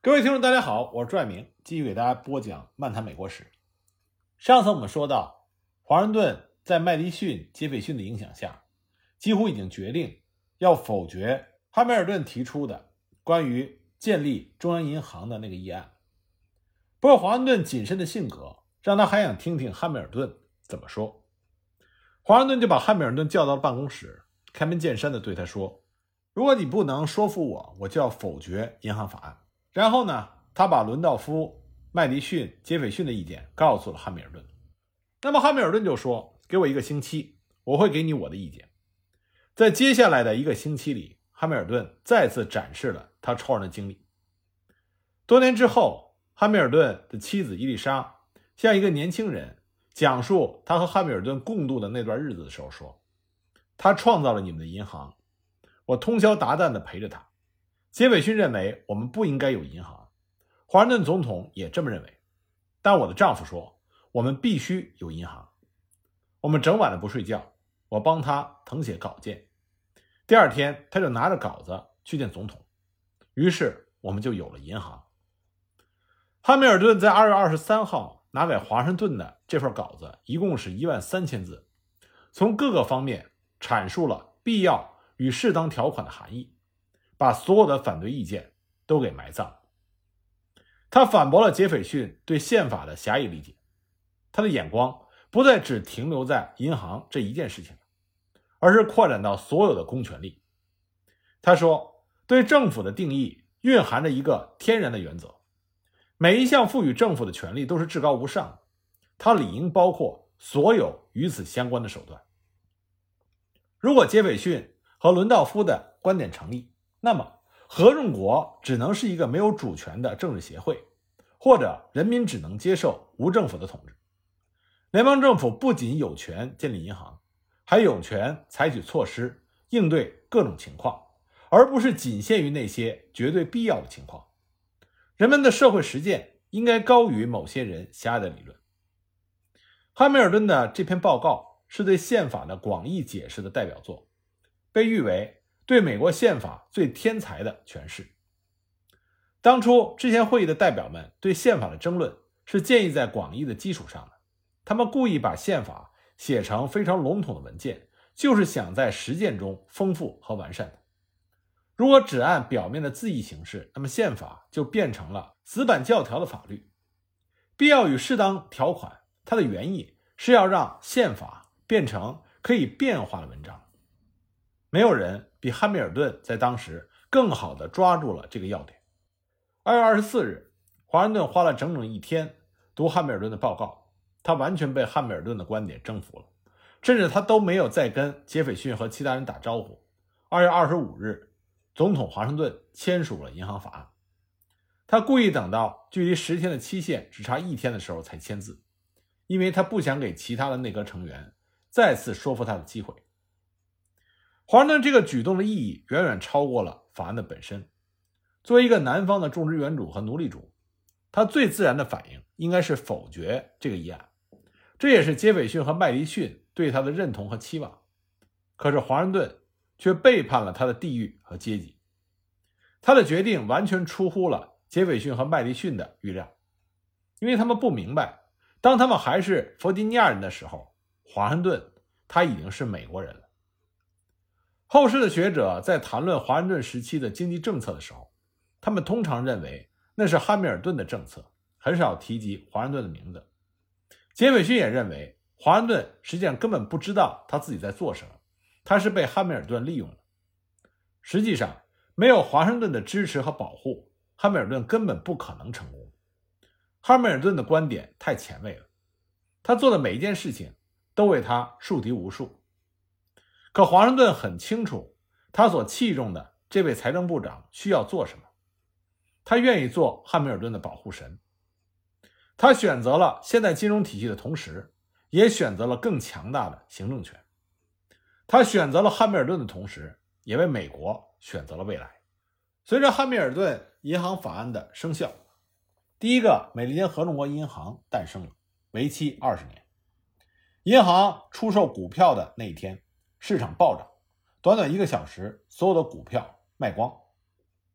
各位听众大家好，我是朱爱明，继续给大家播讲漫谈美国史。上次我们说到，华盛顿在麦迪逊、杰斐逊的影响下，几乎已经决定要否决汉密尔顿提出的关于建立中央银行的那个议案。不过华盛顿谨慎的性格让他还想听听汉密尔顿怎么说。华盛顿就把汉密尔顿叫到了办公室，开门见山地对他说，如果你不能说服我，我就要否决银行法案。然后呢，他把伦道夫、麦迪逊、杰斐逊的意见告诉了汉密尔顿。那么汉密尔顿就说，给我1个星期，我会给你我的意见。在接下来的1个星期里，汉密尔顿再次展示了他超人的经历。多年之后，汉密尔顿的妻子伊丽莎向一个年轻人讲述他和汉密尔顿共度的那段日子的时候说，他创造了你们的银行，我通宵达旦地陪着他。杰斐逊认为我们不应该有银行，华盛顿总统也这么认为，但我的丈夫说我们必须有银行。我们整晚的不睡觉，我帮他誊写稿件。第二天他就拿着稿子去见总统，于是我们就有了银行。汉密尔顿在2月23号拿给华盛顿的这份稿子一共是13000字，从各个方面阐述了必要与适当条款的含义，把所有的反对意见都给埋葬。他反驳了杰斐逊对宪法的狭义理解，他的眼光不再只停留在银行这一件事情，而是扩展到所有的公权力。他说，对政府的定义蕴含着一个天然的原则，每一项赋予政府的权利都是至高无上的，它理应包括所有与此相关的手段。如果杰斐逊和伦道夫的观点成立，那么合众国只能是一个没有主权的政治协会，或者人民只能接受无政府的统治。联邦政府不仅有权建立银行，还有权采取措施应对各种情况，而不是仅限于那些绝对必要的情况。人们的社会实践应该高于某些人狭隘的理论。汉密尔顿的这篇报告是对宪法的广义解释的代表作，被誉为对美国宪法最天才的诠释。当初制宪会议的代表们对宪法的争论是建立在广义的基础上的，他们故意把宪法写成非常笼统的文件，就是想在实践中丰富和完善的。如果只按表面的字义行事，那么宪法就变成了死板教条的法律。必要与适当条款，它的原意是要让宪法变成可以变化的文章。没有人比汉密尔顿在当时更好地抓住了这个要点。2月24日，华盛顿花了整整1天读汉密尔顿的报告，他完全被汉密尔顿的观点征服了，甚至他都没有再跟杰斐逊和其他人打招呼。2月25日，总统华盛顿签署了银行法案。他故意等到距离10天的期限只差1天的时候才签字，因为他不想给其他的内阁成员再次说服他的机会。华盛顿这个举动的意义远远超过了法案的本身。作为一个南方的种植园主和奴隶主，他最自然的反应应该是否决这个议案，这也是杰斐逊和麦迪逊对他的认同和期望。可是华盛顿却背叛了他的地域和阶级，他的决定完全出乎了杰斐逊和麦迪逊的预料，因为他们不明白，当他们还是弗吉尼亚人的时候，华盛顿他已经是美国人了。后世的学者在谈论华盛顿时期的经济政策的时候，他们通常认为那是汉密尔顿的政策，很少提及华盛顿的名字。杰斐逊也认为华盛顿实际上根本不知道他自己在做什么，他是被汉密尔顿利用的。实际上，没有华盛顿的支持和保护，汉密尔顿根本不可能成功。汉密尔顿的观点太前卫了，他做的每一件事情都为他树敌无数。可华盛顿很清楚他所器重的这位财政部长需要做什么，他愿意做汉密尔顿的保护神。他选择了现代金融体系的同时，也选择了更强大的行政权。他选择了汉密尔顿的同时，也为美国选择了未来。随着汉密尔顿银行法案的生效，第一个美利坚合众国银行诞生了，为期20年。银行出售股票的那一天，市场暴涨，短短1个小时，所有的股票卖光。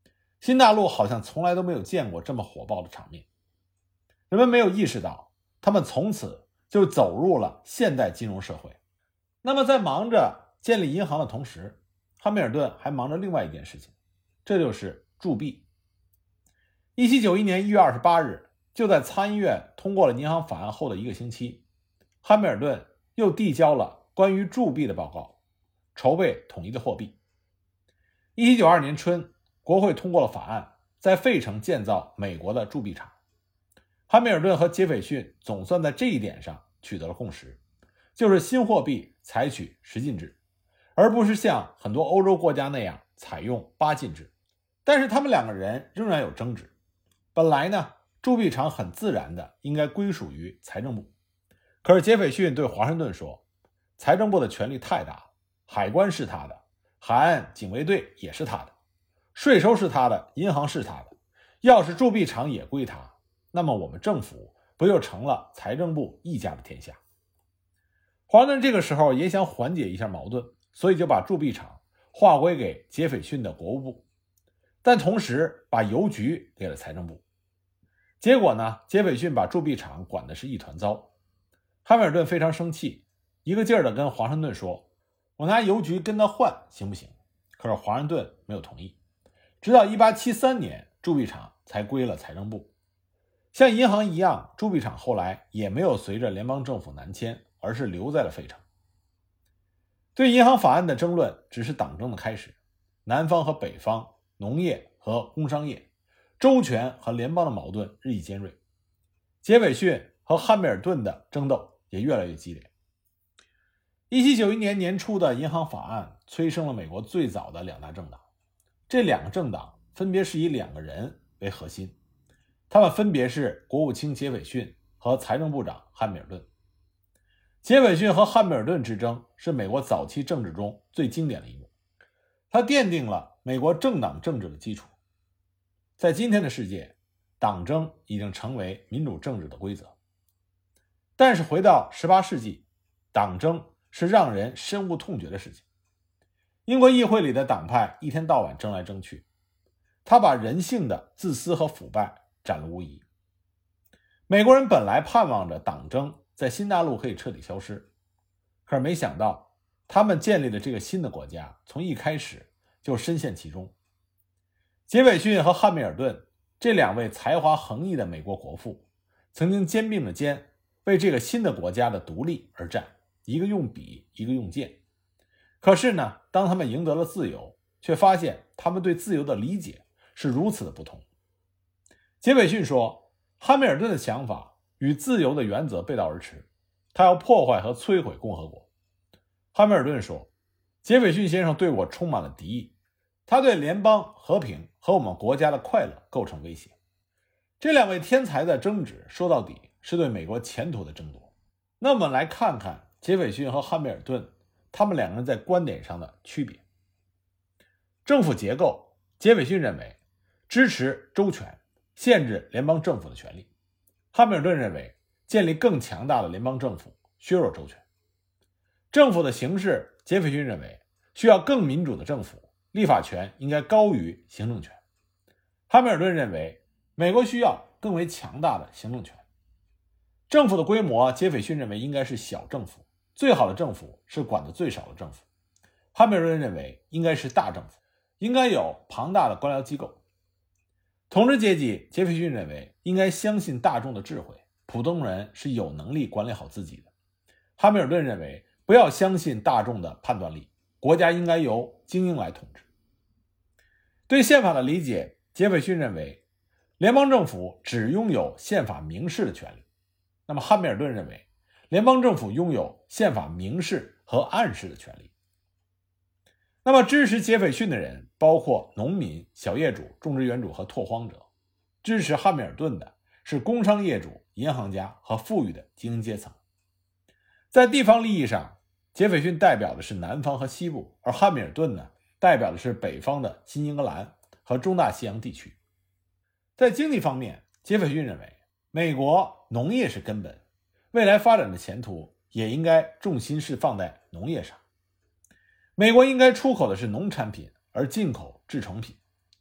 新大陆好像从来都没有见过这么火爆的场面。人们没有意识到，他们从此就走入了现代金融社会。那么在忙着建立银行的同时，汉密尔顿还忙着另外一件事情，这就是铸币。1791年1月28日，就在参议院通过了银行法案后的1个星期，汉密尔顿又递交了关于铸币的报告，筹备统一的货币。1792年春，国会通过了法案，在费城建造美国的铸币厂。汉密尔顿和杰斐逊总算在这一点上取得了共识，就是新货币采取10进制，而不是像很多欧洲国家那样采用8进制。但是他们2个人仍然有争执。本来呢，铸币厂很自然的应该归属于财政部，可是杰斐逊对华盛顿说，财政部的权力太大了，海关是他的，海岸警卫队也是他的，税收是他的，银行是他的，要是铸币厂也归他，那么我们政府不就成了财政部一家的天下。华盛顿这个时候也想缓解一下矛盾，所以就把铸币厂划归给杰斐逊的国务部，但同时把邮局给了财政部。结果呢，杰斐逊把铸币厂管的是一团糟。汉密尔顿非常生气，一个劲儿的跟华盛顿说，我拿邮局跟他换行不行？可是华盛顿没有同意。直到1873年，铸币厂才归了财政部。像银行一样，铸币厂后来也没有随着联邦政府南迁，而是留在了费城。对银行法案的争论只是党争的开始，南方和北方，农业和工商业，州权和联邦的矛盾日益尖锐，杰斐逊和汉密尔顿的争斗也越来越激烈。1791年年初的银行法案催生了美国最早的2大政党，这2个政党分别是以2个人为核心，他们分别是国务卿杰斐逊和财政部长汉密尔顿。杰斐逊和汉密尔顿之争是美国早期政治中最经典的一幕，它奠定了美国政党政治的基础。在今天的世界，党争已经成为民主政治的规则。但是回到18世纪，党争是让人深恶痛绝的事情。英国议会里的党派一天到晚争来争去，他把人性的自私和腐败展露无遗。美国人本来盼望着党争在新大陆可以彻底消失，可是没想到他们建立的这个新的国家从一开始就深陷其中。杰斐逊和汉密尔顿这2位才华横溢的美国国父，曾经肩并着肩为这个新的国家的独立而战，一个用笔，一个用剑。可是呢，当他们赢得了自由，却发现他们对自由的理解是如此的不同。杰斐逊说，汉密尔顿的想法与自由的原则背道而驰，他要破坏和摧毁共和国。汉密尔顿说，杰斐逊先生对我充满了敌意，他对联邦和平和我们国家的快乐构成威胁。这2位天才的争执说到底是对美国前途的争夺。那我们来看看杰斐逊和汉密尔顿他们2个人在观点上的区别。政府结构，杰斐逊认为支持州权，限制联邦政府的权利；汉密尔顿认为建立更强大的联邦政府，削弱州权。政府的形式，杰斐逊认为需要更民主的政府，立法权应该高于行政权。汉密尔顿认为美国需要更为强大的行政权。政府的规模，杰斐逊认为应该是小政府，最好的政府是管得最少的政府。汉密尔顿认为应该是大政府，应该有庞大的官僚机构。统治阶级，杰斐逊认为应该相信大众的智慧，普通人是有能力管理好自己的。汉密尔顿认为不要相信大众的判断力，国家应该由精英来统治。对宪法的理解，杰斐逊认为联邦政府只拥有宪法明示的权利，那么汉密尔顿认为联邦政府拥有宪法明示和暗示的权利。那么支持杰斐逊的人包括农民、小业主、种植园主和拓荒者，支持汉密尔顿的是工商业主、银行家和富裕的精英阶层。在地方利益上，杰斐逊代表的是南方和西部，而汉密尔顿呢，代表的是北方的新英格兰和中大西洋地区。在经济方面，杰斐逊认为美国农业是根本，未来发展的前途也应该重心是放在农业上。美国应该出口的是农产品，而进口制成品。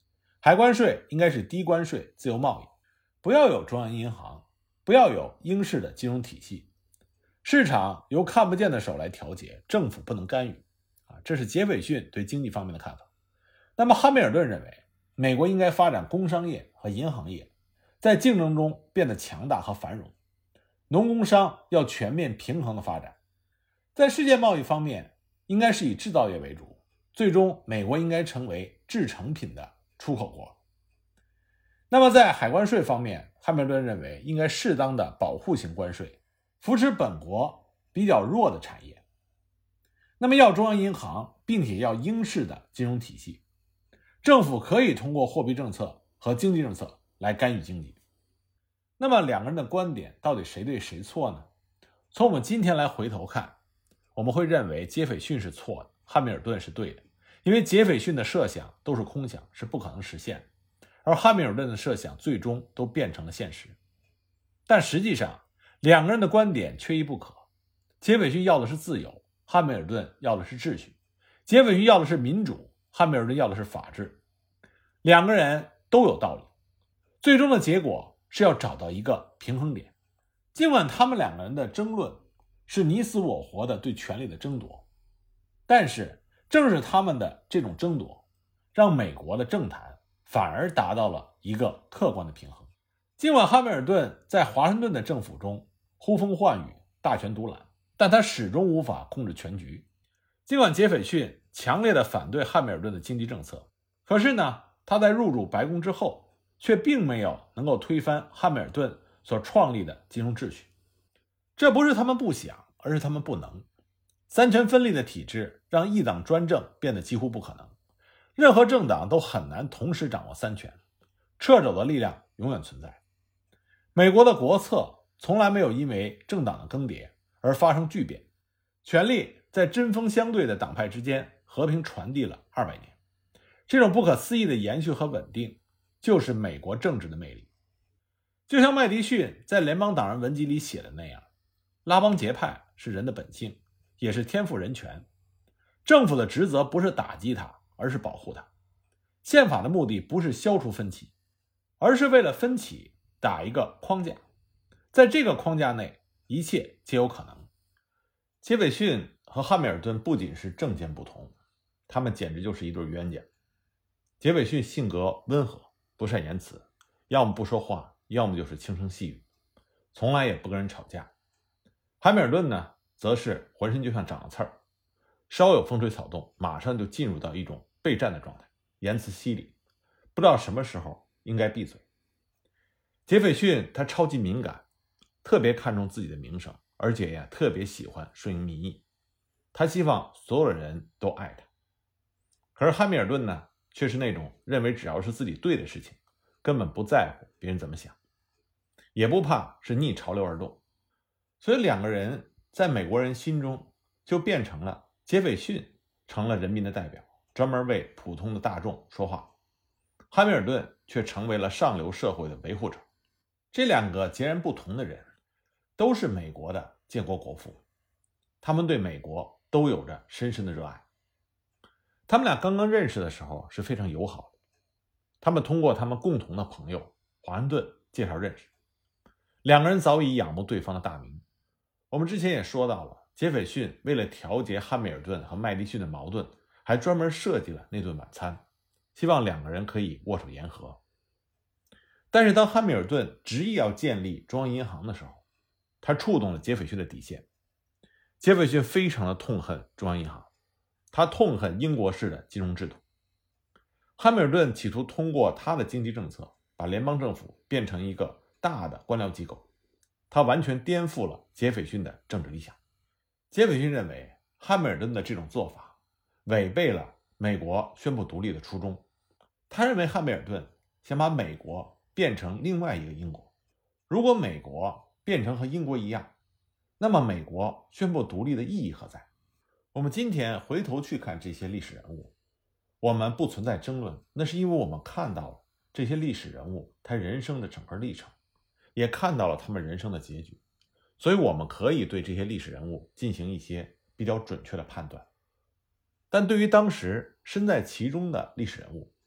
海关税应该是低关税、自由贸易，不要有中央银行，不要有英式的金融体系，市场由看不见的手来调节，政府不能干预这是杰斐逊对经济方面的看法。那么汉密尔顿认为，美国应该发展工商业和银行业，在竞争中变得强大和繁荣，农工商要全面平衡的发展，在世界贸易方面应该是以制造业为主，最终美国应该成为制成品的出口国。那么在海关税方面，汉密尔顿认为应该适当的保护性关税，扶持本国比较弱的产业。那么要中央银行，并且要英式的金融体系，政府可以通过货币政策和经济政策来干预经济。那么两个人的观点到底谁对谁错呢？从我们今天来回头看，我们会认为杰斐逊是错的，汉密尔顿是对的，因为杰斐逊的设想都是空想，是不可能实现的，而汉密尔顿的设想最终都变成了现实。但实际上两个人的观点缺一不可，杰斐逊要的是自由，汉密尔顿要的是秩序，杰斐逊要的是民主，汉密尔顿要的是法治。两个人都有道理，最终的结果是要找到一个平衡点。尽管他们两个人的争论是你死我活的对权力的争夺，但是正是他们的这种争夺，让美国的政坛反而达到了一个客观的平衡。尽管汉密尔顿在华盛顿的政府中呼风唤雨，大权独揽，但他始终无法控制全局。尽管杰斐逊强烈的反对汉密尔顿的经济政策，可是呢，他在入主白宫之后，却并没有能够推翻汉密尔顿所创立的金融秩序。这不是他们不想，而是他们不能。三权分立的体制让一党专政变得几乎不可能，任何政党都很难同时掌握三权，掣肘的力量永远存在。美国的国策从来没有因为政党的更迭而发生巨变，权力在针锋相对的党派之间和平传递了200年。这种不可思议的延续和稳定，就是美国政治的魅力。就像麦迪逊在联邦党人文集里写的那样，拉帮结派是人的本性，也是天赋人权。政府的职责不是打击它，而是保护它。宪法的目的不是消除分歧，而是为了分歧打一个框架，在这个框架内，一切皆有可能。杰斐逊和汉密尔顿不仅是政见不同，他们简直就是一对冤家。杰斐逊性格温和，不善言辞，要么不说话，要么就是轻声细语，从来也不跟人吵架。汉密尔顿呢，则是浑身就像长了刺儿，稍有风吹草动，马上就进入到一种备战的状态，言辞犀利，不知道什么时候应该闭嘴。杰斐逊他超级敏感，特别看重自己的名声，而且呀特别喜欢顺应民意，他希望所有的人都爱他。可是汉密尔顿呢，却是那种认为只要是自己对的事情，根本不在乎别人怎么想，也不怕是逆潮流而动。所以两个人在美国人心中就变成了，杰斐逊成了人民的代表，专门为普通的大众说话，汉密尔顿却成为了上流社会的维护者。这两个截然不同的人都是美国的建国国父，他们对美国都有着深深的热爱。他们俩刚刚认识的时候是非常友好的，他们通过他们共同的朋友华盛顿介绍认识，两个人早已仰慕对方的大名。我们之前也说到了，杰斐逊为了调节汉密尔顿和麦迪逊的矛盾，还专门设计了那顿晚餐，希望两个人可以握手言和。但是当汉密尔顿执意要建立中央银行的时候，他触动了杰斐逊的底线。杰斐逊非常的痛恨中央银行，他痛恨英国式的金融制度。汉密尔顿企图通过他的经济政策把联邦政府变成一个大的官僚机构，他完全颠覆了杰斐逊的政治理想。杰斐逊认为汉密尔顿的这种做法违背了美国宣布独立的初衷，他认为汉密尔顿想把美国变成另外一个英国，如果美国变成和英国一样，那么美国宣布独立的意义何在？我们今天回头去看这些历史人物，我们不存在争论，那是因为我们看到了这些历史人物他人生的整个历程，也看到了他们人生的结局，所以我们可以对这些历史人物进行一些比较准确的判断。但对于当时身在其中的历史人物，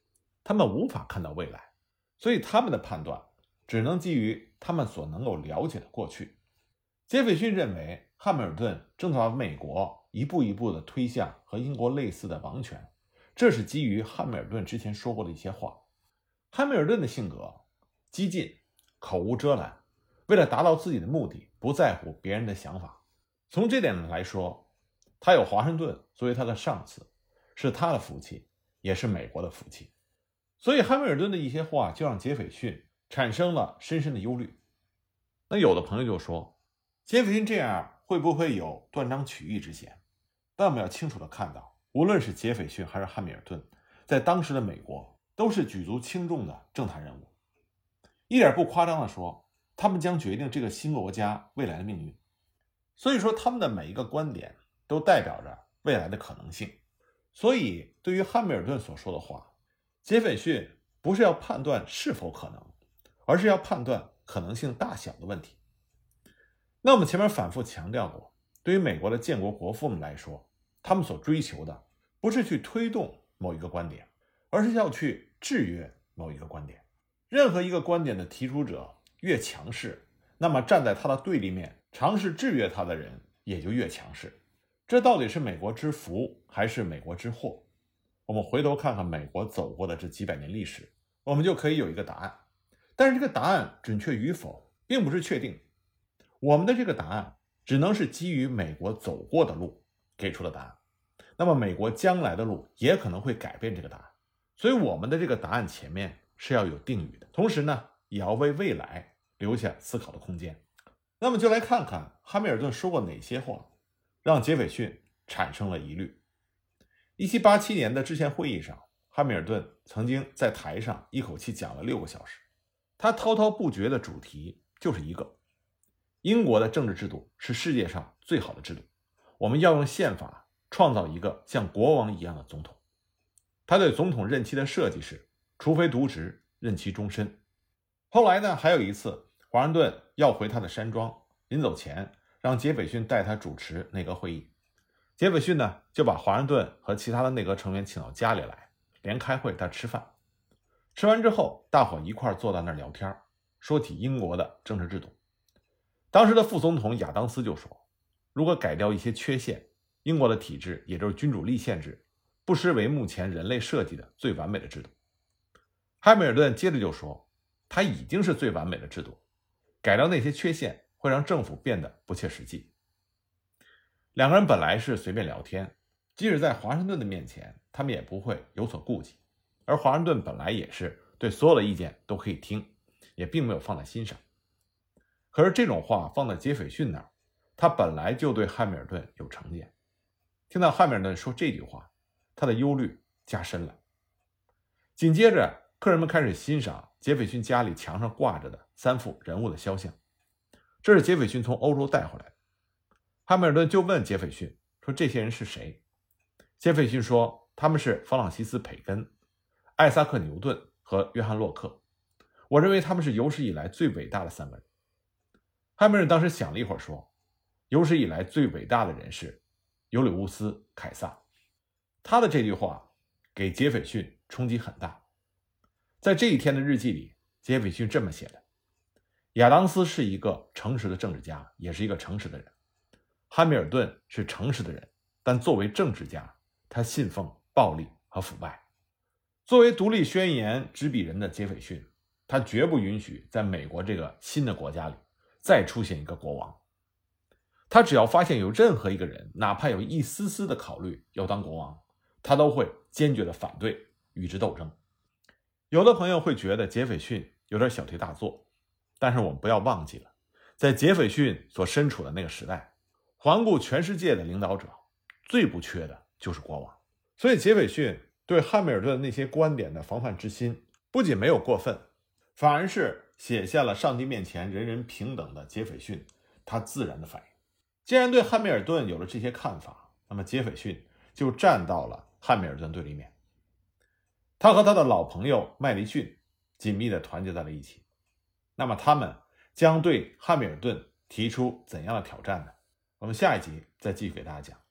他们无法看到未来，所以他们的判断只能基于他们所能够了解的过去。杰斐逊认为汉密尔顿正在把美国一步一步地推向和英国类似的王权，这是基于汉密尔顿之前说过的一些话。汉密尔顿的性格激进，口无遮拦，为了达到自己的目的，不在乎别人的想法。从这点来说，他有华盛顿作为他的上司，是他的福气，也是美国的福气。所以汉密尔顿的一些话就让杰斐逊产生了深深的忧虑。那有的朋友就说，杰斐逊这样会不会有断章取义之嫌？但我们要清楚地看到，无论是杰斐逊还是汉密尔顿，在当时的美国都是举足轻重的政坛人物。一点不夸张地说，他们将决定这个新国家未来的命运。所以说，他们的每一个观点都代表着未来的可能性。所以，对于汉密尔顿所说的话，杰斐逊不是要判断是否可能，而是要判断可能性大小的问题。那我们前面反复强调过，对于美国的建国国父们来说，他们所追求的不是去推动某一个观点，而是要去制约某一个观点。任何一个观点的提出者越强势，那么站在他的对立面尝试制约他的人也就越强势。这到底是美国之福还是美国之祸？我们回头看看美国走过的这几百年历史，我们就可以有一个答案。但是这个答案准确与否并不是确定，我们的这个答案只能是基于美国走过的路给出的答案。那么美国将来的路也可能会改变这个答案，所以我们的这个答案前面是要有定语的，同时呢也要为未来留下思考的空间。那么就来看看汉密尔顿说过哪些话让杰斐逊产生了疑虑。1787年的制宪会议上，汉密尔顿曾经在台上一口气讲了6个小时，他滔滔不绝的主题就是一个：英国的政治制度是世界上最好的制度，我们要用宪法创造一个像国王一样的总统。他对总统任期的设计是，除非渎职，任期终身。后来呢，还有一次华盛顿要回他的山庄，临走前让杰斐逊带他主持内阁会议。杰斐逊呢就把华盛顿和其他的内阁成员请到家里来，连开会带吃饭。吃完之后，大伙一块坐到那儿聊天，说起英国的政治制度。当时的副总统亚当斯就说，如果改掉一些缺陷，英国的体制也就是君主立宪制，不失为目前人类设计的最完美的制度。汉密尔顿接着就说，它已经是最完美的制度，改掉那些缺陷会让政府变得不切实际。两个人本来是随便聊天，即使在华盛顿的面前，他们也不会有所顾忌，而华盛顿本来也是对所有的意见都可以听，也并没有放在心上。可是这种话放在杰斐逊那儿，他本来就对汉密尔顿有成见，听到汉密尔顿说这句话，他的忧虑加深了。紧接着，客人们开始欣赏杰斐逊家里墙上挂着的3幅人物的肖像，这是杰斐逊从欧洲带回来的。汉密尔顿就问杰斐逊说，这些人是谁？杰斐逊说，他们是弗朗西斯·培根、艾萨克·牛顿和约翰·洛克，我认为他们是有史以来最伟大的3个人。汉密尔顿当时想了一会儿说，有史以来最伟大的人是尤里乌斯·凯撒。他的这句话给杰斐逊冲击很大。在这一天的日记里，杰斐逊这么写的：亚当斯是一个诚实的政治家，也是一个诚实的人。汉密尔顿是诚实的人，但作为政治家，他信奉暴力和腐败。作为独立宣言执笔人的杰斐逊，他绝不允许在美国这个新的国家里再出现一个国王。他只要发现有任何一个人，哪怕有一丝丝的考虑要当国王，他都会坚决的反对，与之斗争。有的朋友会觉得杰斐逊有点小题大做，但是我们不要忘记了，在杰斐逊所身处的那个时代，环顾全世界的领导者最不缺的就是国王。所以杰斐逊对汉密尔顿那些观点的防范之心不仅没有过分，反而是写下了上帝面前人人平等的杰斐逊他自然的反应。既然对汉密尔顿有了这些看法，那么杰斐逊就站到了汉密尔顿对立面。他和他的老朋友麦迪逊紧密地团结在了一起。那么他们将对汉密尔顿提出怎样的挑战呢？我们下一集再继续给大家讲。